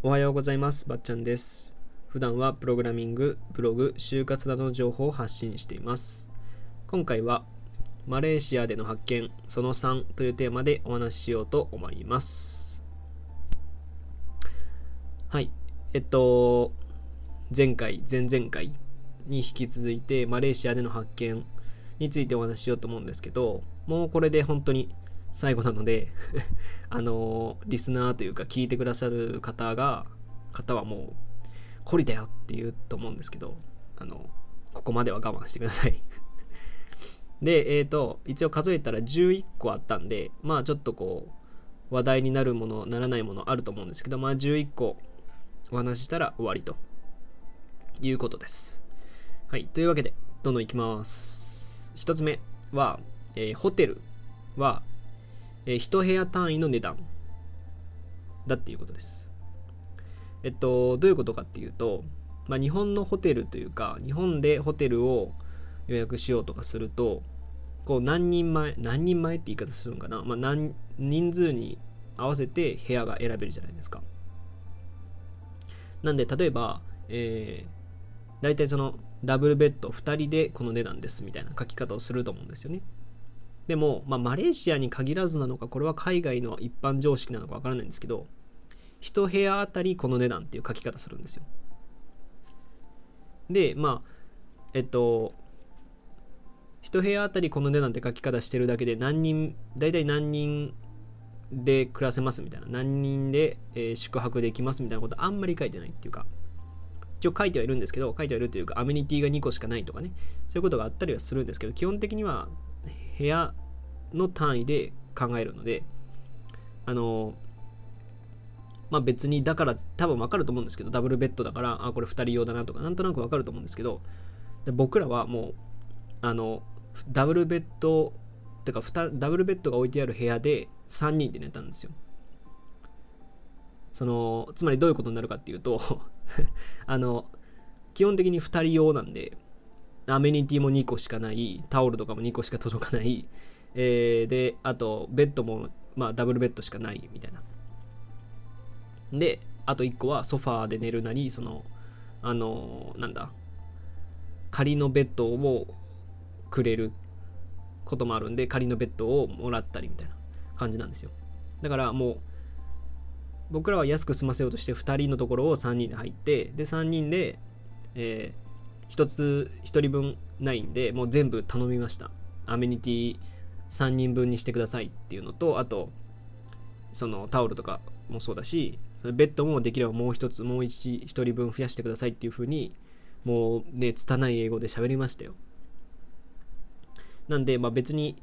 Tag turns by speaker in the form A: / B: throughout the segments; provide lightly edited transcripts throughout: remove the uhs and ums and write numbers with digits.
A: おはようございます。ばっちゃんです。普段はプログラミング、ブログ、就活などの情報を発信しています。今回はマレーシアでの発見その3というテーマでお話ししようと思います。はい。前回、前々回に引き続いてマレーシアでの発見についてお話ししようと思うんですけど、もうこれで本当に最後なのでリスナーというか聞いてくださる方はもう懲りたよって言うと思うんですけど、ここまでは我慢してくださいで、一応数えたら11個あったんで、まあちょっとこう話題になるものならないものあると思うんですけど、まあ11個お話ししたら終わりということです。はい、というわけでどんどんいきます。一つ目は、ホテルは、1部屋単位の値段だっていうことです。どういうことかっていうと、日本のホテルというか日本でホテルを予約しようとかすると、こう何人前って言い方するのかな、何人数に合わせて部屋が選べるじゃないですか。なんで例えば、大体そのダブルベッド2人でこの値段ですみたいな書き方をすると思うんですよね。でも、マレーシアに限らずなのか、これは海外の一般常識なのかわからないんですけど、1部屋あたりこの値段っていう書き方するんですよ。で、1部屋あたりこの値段って書き方してるだけで大体何人で暮らせますみたいな、何人で、宿泊できますみたいなことあんまり書いてないっていうか、一応書いてはいるんですけど、書いてはいるというかアメニティが2個しかないとかね、そういうことがあったりはするんですけど、基本的には部屋の単位で考えるので、別にだから多分分かると思うんですけど、ダブルベッドだからこれ2人用だなとかなんとなく分かると思うんですけど、僕らはもうダブルベッドってかダブルベッドが置いてある部屋で3人で寝たんですよ。つまりどういうことになるかっていうと基本的に2人用なんで、アメニティも2個しかない、タオルとかも2個しか届かない、であとベッドもダブルベッドしかないみたいな。であと1個はソファーで寝るなり、仮のベッドをくれることもあるんで、仮のベッドをもらったりみたいな感じなんですよ。だからもう僕らは安く済ませようとして2人のところを3人で入って、で3人で、1人分ないんで、もう全部頼みました。アメニティ3人分にしてくださいっていうのと、あとそのタオルとかもそうだし、ベッドもできればもう1人分増やしてくださいっていう風に、もうね拙い英語で喋りましたよ。なんで別に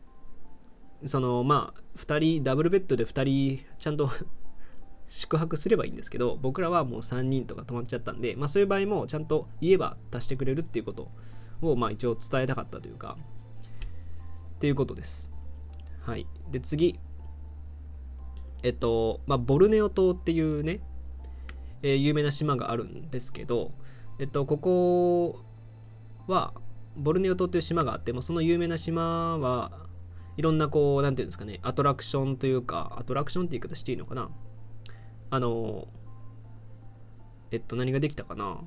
A: 2人ダブルベッドで2人ちゃんと宿泊すればいいんですけど、僕らはもう3人とか泊まっちゃったんで、そういう場合もちゃんと言えば足してくれるっていうことを一応伝えたかったというかっていうことです。はい。で次、ボルネオ島っていうね、有名な島があるんですけど、ここはボルネオ島っていう島があって、その有名な島はいろんななんていうんですかね、アトラクションというか、アトラクションって言い方していいのかな、何ができたかな、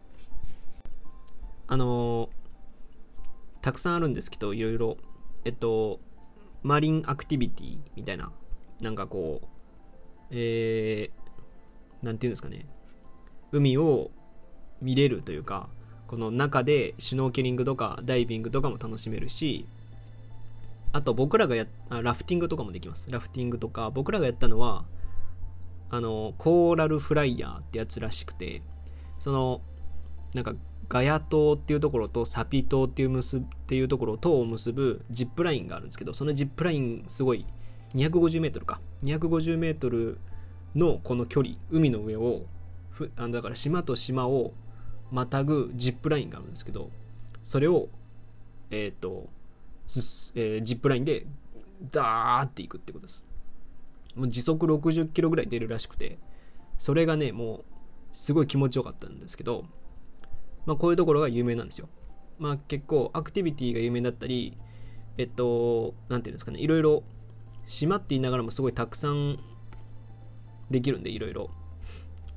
A: たくさんあるんですけど、いろいろマリンアクティビティみたいな、なんていうんですかね、海を見れるというか、この中でシュノーケリングとかダイビングとかも楽しめるし、あと僕らがラフティングとかもできます。ラフティングとか、僕らがやったのはコーラルフライヤーってやつらしくて、ガヤ島っていうところとサピ島っていうところとを結ぶジップラインがあるんですけど、そのジップラインすごい250メートルか、250メートルのこの距離、海の上をだから島と島をまたぐジップラインがあるんですけど、それをジップラインでダーっていくってことです。もう時速60キロぐらい出るらしくて、それがねもうすごい気持ちよかったんですけど、こういうところが有名なんですよ。結構アクティビティが有名だったり、なんていうんですかね、いろいろ島って言いながらもすごいたくさんできるんで、いろいろ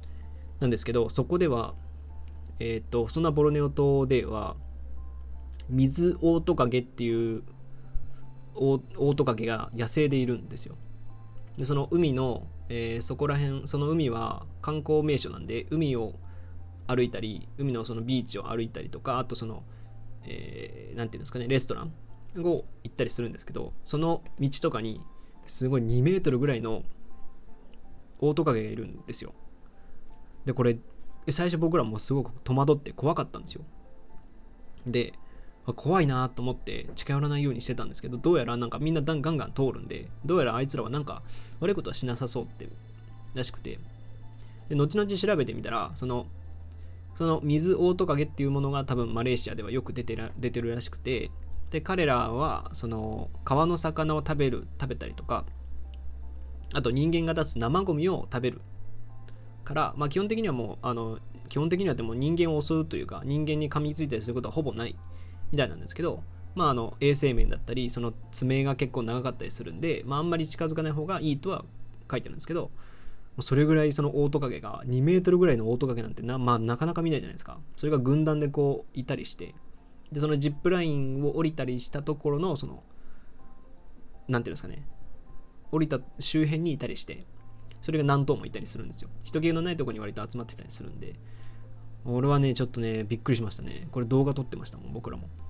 A: なんですけど、そこではそんなボルネオ島では水オオトカゲっていうオオトカゲが野生でいるんですよ。でその海の、そこら辺、その海は観光名所なんで、海を歩いたり、海のそのビーチを歩いたりとか、あとその、なんていうんですかね、レストランを行ったりするんですけど、その道とかにすごい2メートルぐらいのオオトカゲがいるんですよ。でこれ最初僕らもすごく戸惑って怖かったんですよ。で怖いなと思って近寄らないようにしてたんですけど、どうやらなんかみんなガンガン通るんで、どうやらあいつらはなんか悪いことはしなさそうってらしくて、で後々調べてみたら、その水オオトカゲっていうものが多分マレーシアではよく出てるらしくて、で彼らはその川の魚を食べたりとか、あと人間が出す生ゴミを食べるから、まあ、基本的にはでも人間を襲うというか、人間に噛みついたりすることはほぼないみたいなんですけど、まあ、衛生面だったり、その爪が結構長かったりするんで、まあ、あんまり近づかない方がいいとは書いてあるんですけど、それぐらいそのオオトカゲが2メートルぐらいのオオトカゲなんてまあ、なかなか見ないじゃないですか。それが軍団でこういたりして、でそのジップラインを降りたりしたところのそのなんていうんですかね、降りた周辺にいたりして、それが何頭もいたりするんですよ。人気のないところに割と集まってたりするんで、俺はねちょっとねびっくりしましたね。これ動画撮ってましたもん、僕らも。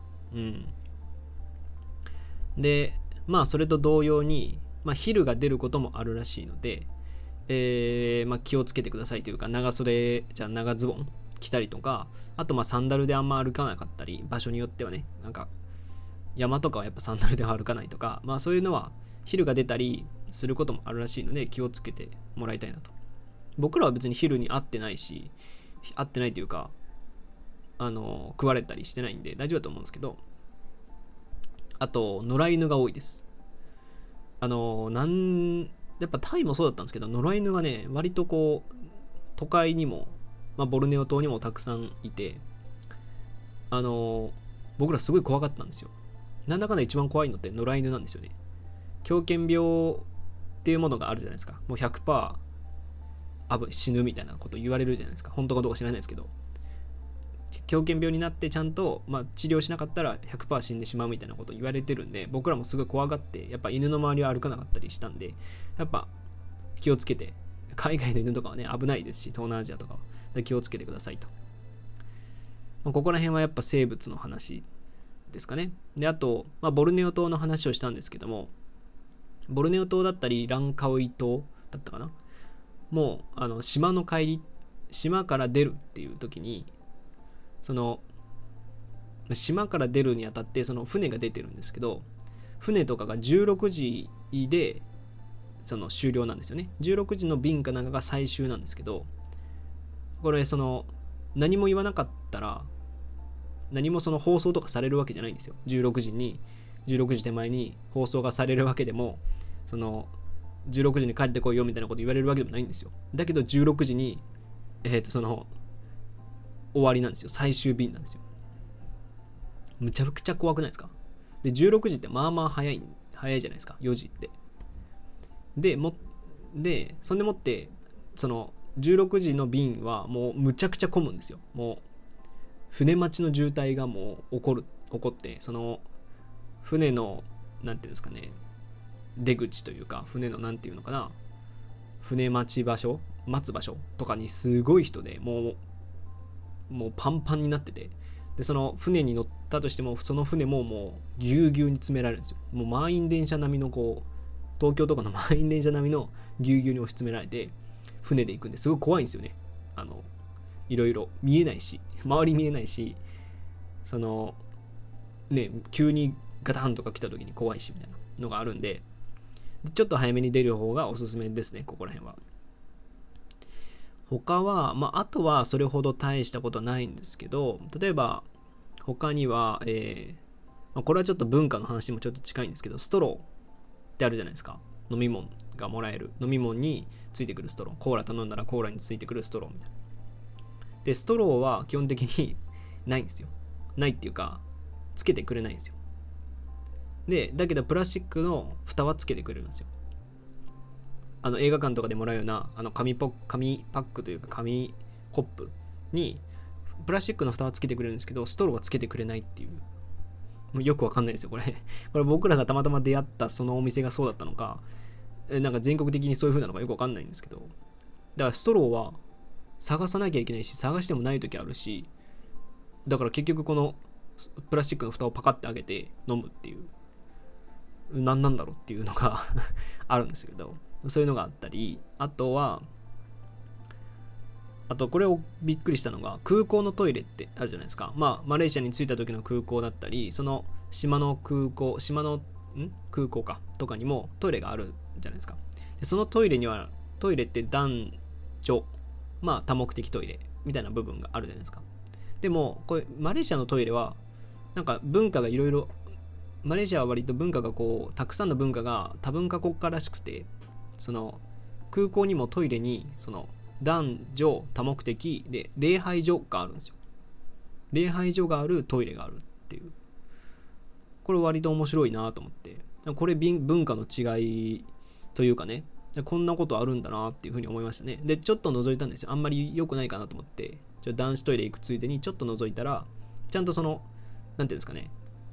A: でまあそれと同様に、まあ、ヒルが出ることもあるらしいので、まあ、気をつけてくださいというか、長ズボン着たりとか、あとまあサンダルであんま歩かなかったり、場所によってはね、なんか山とかはやっぱサンダルでは歩かないとか、まあそういうのはヒルが出たりすることもあるらしいので、気をつけてもらいたいなと。僕らは別にヒルに会ってないというか、食われたりしてないんで大丈夫だと思うんですけど、あと野良犬が多いです。やっぱタイもそうだったんですけど、野良犬がね割とこう都会にも、まあ、ボルネオ島にもたくさんいて、僕らすごい怖かったんですよ。なんだかんだ一番怖いのって野良犬なんですよね。狂犬病っていうものがあるじゃないですか。もう 100% 死ぬみたいなこと言われるじゃないですか。本当かどうか知らないですけど、狂犬病になってちゃんと、まあ、治療しなかったら 100% 死んでしまうみたいなこと言われてるんで、僕らもすごい怖がってやっぱ犬の周りを歩かなかったりしたんで、やっぱ気をつけて、海外の犬とかはね危ないですし、東南アジアとかは気をつけてくださいと。まあ、ここら辺はやっぱ生物の話ですかね。であと、まあ、ボルネオ島の話をしたんですけども、ボルネオ島だったりランカウイ島だったかな、もう島から出るっていう時に、その島から出るにあたってその船が出てるんですけど、船とかが16時でその終了なんですよね。16時の便かなんかが最終なんですけど、これその何も言わなかったら何もその放送とかされるわけじゃないんですよ。16時手前に放送がされるわけでも、その16時に帰ってこいよみたいなこと言われるわけでもないんですよ。だけど16時にその終わりなんですよ。最終便なんですよ。むちゃくちゃ怖くないですか？で16時ってまあまあ早いじゃないですか、4時って。でそんでもってその16時の便はもうむちゃくちゃ混むんですよ。もう船待ちの渋滞がもう起こって、その船のなんていうんですかね、出口というか、船のなんていうのかな、船待つ場所とかにすごい人でもうパンパンになってて、でその船に乗ったとしても、その船ももうぎゅうぎゅうに詰められるんですよ。もう満員電車並みのこう東京とかの満員電車並みのぎゅうぎゅうに押し詰められて船で行くんで、すごい怖いんですよね。いろいろ見えないし、周り見えないし、そのね、急にガタンとか来た時に怖いしみたいなのがあるんで、ちょっと早めに出る方がおすすめですね、ここら辺は。他は、まあ、あとはそれほど大したことはないんですけど、例えば他には、これはちょっと文化の話にもちょっと近いんですけど、ストローってあるじゃないですか。飲み物がもらえる、飲み物についてくるストロー、コーラ頼んだらコーラについてくるストローみたいな。でストローは基本的にないんですよ。ないっていうかつけてくれないんですよ。でだけどプラスチックの蓋はつけてくれるんですよ。映画館とかでもらうような紙パックというか紙コップにプラスチックの蓋はつけてくれるんですけど、ストローはつけてくれないっていう、もうよくわかんないですよこれこれ僕らがたまたま出会ったそのお店がそうだったのか、なんか全国的にそういう風なのかよくわかんないんですけど、だからストローは探さなきゃいけないし、探してもない時あるし、だから結局このプラスチックの蓋をパカッて開けて飲むっていう、何なんだろうっていうのがあるんですけど、そういうのがあったり、あとこれをびっくりしたのが、空港のトイレってあるじゃないですか。まあマレーシアに着いた時の空港だったり、その島の空港かとかにもトイレがあるじゃないですか。でそのトイレには、トイレって男女、まあ多目的トイレみたいな部分があるじゃないですか。でもこれマレーシアのトイレはなんか文化がいろいろ、マレーシアは割と文化がこうたくさんの文化が多文化国家らしくて、その空港にもトイレにその男女多目的で礼拝所があるんですよ。礼拝所があるトイレがあるっていう、これ割と面白いなと思って、これ文化の違いというかね、こんなことあるんだなっていうふうに思いましたね。でちょっと覗いたんですよ。あんまり良くないかなと思って、男子トイレ行くついでにちょっと覗いたら、ちゃんとそのなんていうんですかね、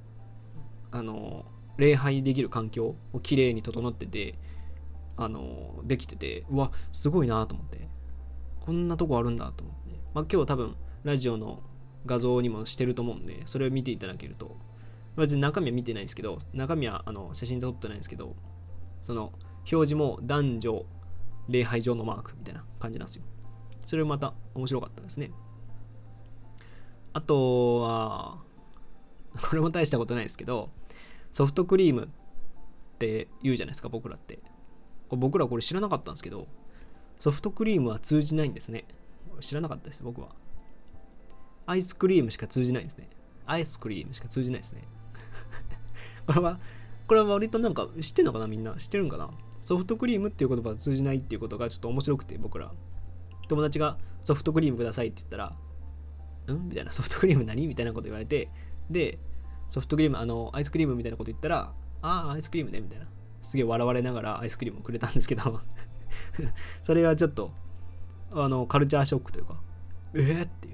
A: 礼拝できる環境をきれいに整ってて、できてて、うわすごいなと思って、こんなとこあるんだと思って、まあ、今日多分ラジオの画像にもしてると思うんで、それを見ていただけると、別に中身は見てないんですけど、中身は写真で撮ってないんですけど、その表示も男女礼拝所のマークみたいな感じなんですよ。それまた面白かったですね。あとはこれも大したことないですけど、ソフトクリームって言うじゃないですか、僕らって。僕らこれ知らなかったんですけど、ソフトクリームは通じないんですね。知らなかったです、僕は。アイスクリームしか通じないんですね。アイスクリームしか通じないですね。これは割となんか知ってんのかな、みんな。知ってるんかな。ソフトクリームっていう言葉が通じないっていうことがちょっと面白くて、僕ら。友達がソフトクリームくださいって言ったら、みたいな、ソフトクリーム何みたいなこと言われて、で、ソフトクリーム、アイスクリームみたいなこと言ったら、アイスクリームねみたいな。すげえ笑われながらアイスクリームをくれたんですけど、それはちょっと、カルチャーショックというか、っていう。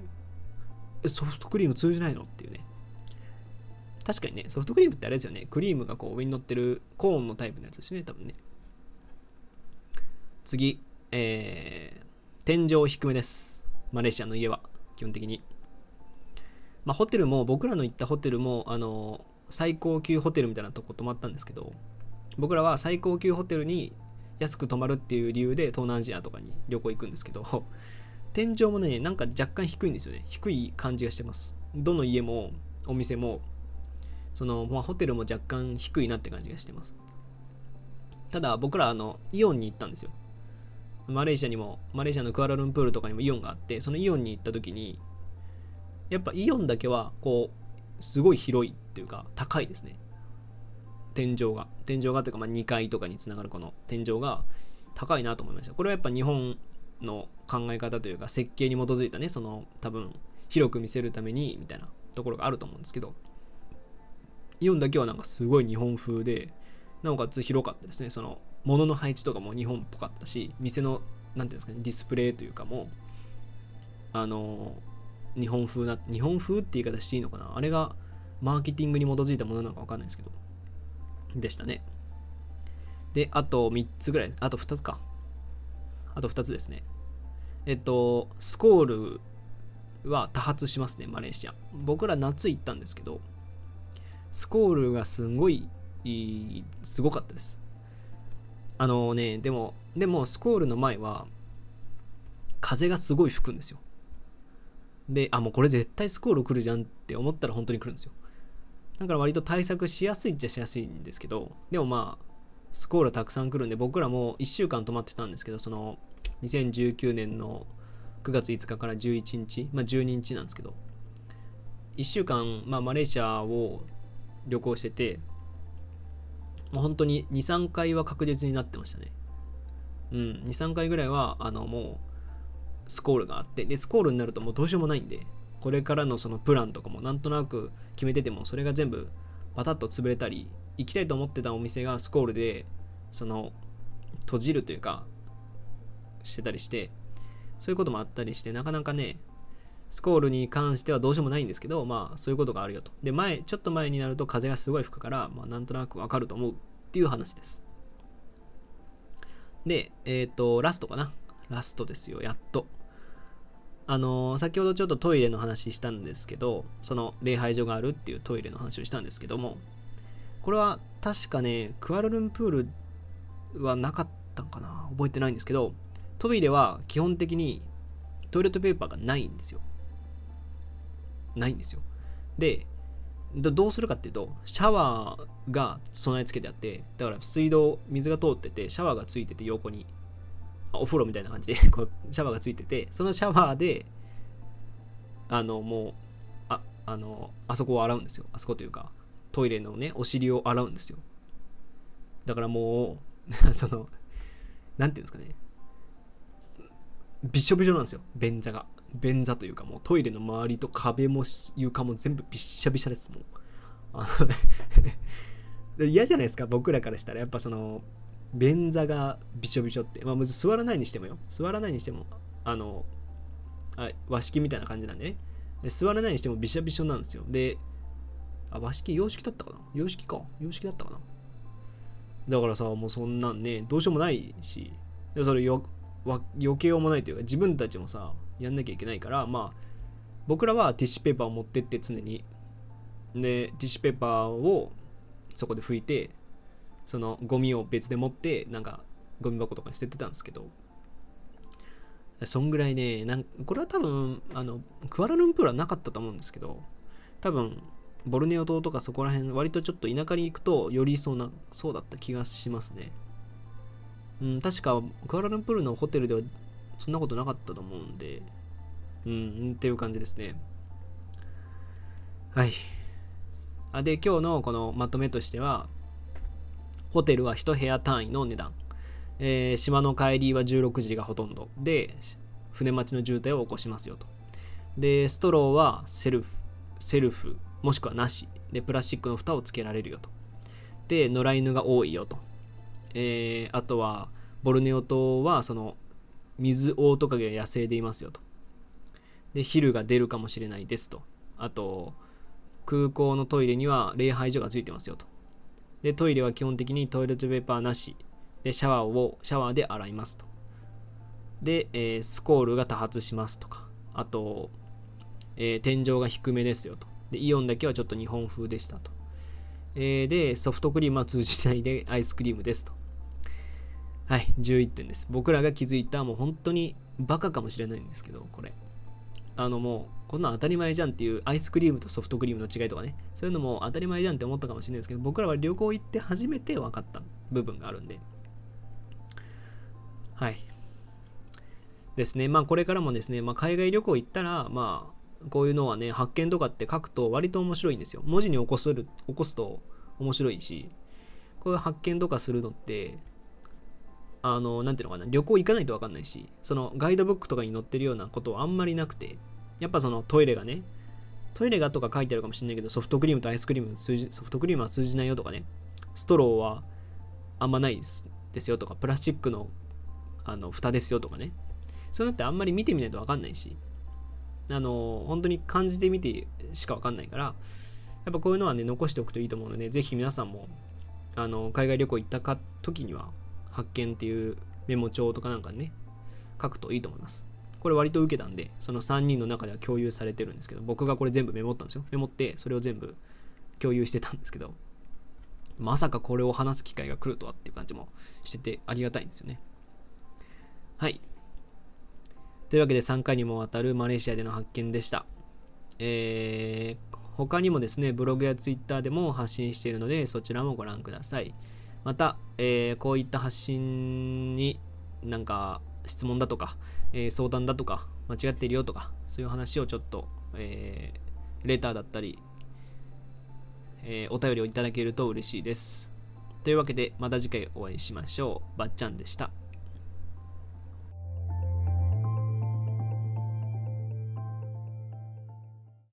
A: ソフトクリーム通じないのっていうね。確かにね、ソフトクリームってあれですよね。クリームがこう上に乗ってるコーンのタイプのやつですね、多分ね。次、天井低めです。マレーシアの家は、基本的に。まあ、ホテルも、僕らの行ったホテルも、最高級ホテルみたいなとこ泊まったんですけど、僕らは最高級ホテルに安く泊まるっていう理由で東南アジアとかに旅行行くんですけど、天井もね、なんか若干低いんですよね。低い感じがしてます。どの家もお店も、ホテルも若干低いなって感じがしてます。ただ僕らイオンに行ったんですよ。マレーシアのクアラルンプールとかにもイオンがあって、そのイオンに行った時に、やっぱイオンだけはこうすごい広いっていうか高いですね。天井がというか、2階とかにつながるこの天井が高いなと思いました。これはやっぱ日本の考え方というか設計に基づいたね、多分広く見せるためにみたいなところがあると思うんですけど、イオンだけはなんかすごい日本風で、なおかつ広かったですね。物の配置とかも日本っぽかったし、店のなんていうんですかね、ディスプレイというかも日本風って言い方していいのかな、あれがマーケティングに基づいたものなのか分かんないですけどでしたね。で、あと3つぐらい、あと2つか。あと2つですね。スコールは多発しますね、マレーシア。僕ら夏行ったんですけど、スコールがすごかったです。でもスコールの前は風がすごい吹くんですよ。で、もうこれ絶対スコール来るじゃんって思ったら本当に来るんですよ。だから割と対策しやすいっちゃしやすいんですけど、でもまあスコールたくさん来るんで、僕らも1週間泊まってたんですけど、2019年の9月5日から11日、12日なんですけど、1週間、マレーシアを旅行してて、もう本当に 2,3 回は確実になってましたね。2、3回ぐらいはもうスコールがあって、でスコールになるともうどうしようもないんで、これからのそのプランとかもなんとなく決めてても、それが全部パタッと潰れたり、行きたいと思ってたお店がスコールで閉じるというかしてたりして、 そういうこともあったりして、なかなかね、スコールに関してはどうしようもないんですけど、そういうことがあるよと。で、ちょっと前になると風がすごい吹くから、なんとなくわかると思うっていう話です。で、ラストかな。ラストですよ、やっと。先ほどちょっとトイレの話したんですけど、その礼拝所があるっていうトイレの話をしたんですけども、これは確かね、クアラルンプールはなかったんかな、覚えてないんですけど、トイレは基本的にトイレットペーパーがないんですよ。ないんですよ。で、どうするかっていうと、シャワーが備え付けてあって、だから水が通ってて、シャワーがついてて横に、お風呂みたいな感じでこうシャワーがついてて、そのシャワーでもうあそこを洗うんですよ。あそこというかトイレのね、お尻を洗うんですよ。だからもうそのなんていうんですかね、びしょびしょなんですよ、便座というか、もうトイレの周りと壁も床も全部びっしゃびしゃです。もう嫌じゃないですか、僕らからしたら。やっぱその便座がびしょびしょって、座らないにしても和式みたいな感じなんでね、座らないにしてもびしょびしょなんですよ。で、和式洋式だったかな、洋式だったかな。だからさ、もうそんなんね、どうしようもないし、それ余計もないというか、自分たちもさやんなきゃいけないから、僕らはティッシュペーパーを持ってって常に、でティッシュペーパーをそこで拭いて、そのゴミを別で持ってなんかゴミ箱とかに捨ててたんですけど、そんぐらいね、これは多分クアラルンプールはなかったと思うんですけど、多分ボルネオ島とかそこら辺、割とちょっと田舎に行くとよりそうだった気がしますね。確かクアラルンプールのホテルではそんなことなかったと思うんで、っていう感じですね。はい。で、今日のこのまとめとしては、ホテルは1部屋単位の値段、島の帰りは16時がほとんどで、船待ちの渋滞を起こしますよと。で、ストローはセルフもしくはなしで、プラスチックの蓋をつけられるよと。で、野良犬が多いよと。あとはボルネオ島はその水オオトカゲが野生でいますよと。で、昼が出るかもしれないですと。あと、空港のトイレには礼拝所がついてますよと。で、トイレは基本的にトイレットペーパーなしで、シャワーで洗いますと。で、スコールが多発しますとか、あと、天井が低めですよと。で、イオンだけはちょっと日本風でしたと。で、ソフトクリームは通じないでアイスクリームですと。はい、11点です。僕らが気づいた、もう本当にバカかもしれないんですけど、これ。もう、こんなん当たり前じゃんっていう、アイスクリームとソフトクリームの違いとかね、そういうのも当たり前じゃんって思ったかもしれないですけど、僕らは旅行行って初めて分かった部分があるんで。はい。ですね。これからもですね、海外旅行行ったら、こういうのはね、発見とかって書くと割と面白いんですよ。文字に起こすと面白いし、こういう発見とかするのって、なんていうのかな、旅行行かないと分かんないし、そのガイドブックとかに載ってるようなことはあんまりなくて、やっぱそのトイレがとか書いてあるかもしれないけど、ソフトクリームとアイスクリームソフトクリームは通じないよとかね、ストローはあんまないですよとか、プラスチックの蓋ですよとかね、そういうのってあんまり見てみないと分かんないし、本当に感じてみてしか分かんないから、やっぱこういうのはね、残しておくといいと思うので、ぜひ皆さんも海外旅行行った時には発見っていうメモ帳とかなんかね、書くといいと思います。これ割と受けたんで、その3人の中では共有されてるんですけど、僕がこれ全部メモったんですよ。メモってそれを全部共有してたんですけど、まさかこれを話す機会が来るとはっていう感じもしててありがたいんですよね。はい。というわけで3回にもわたるマレーシアでの発見でした。他にもですね、ブログやツイッターでも発信しているので、そちらもご覧ください。また、こういった発信になんか質問だとか、相談だとか、間違っているよとか、そういう話をちょっと、レターだったり、お便りをいただけると嬉しいです。というわけで、また次回お会いしましょう。ばっちゃんでした。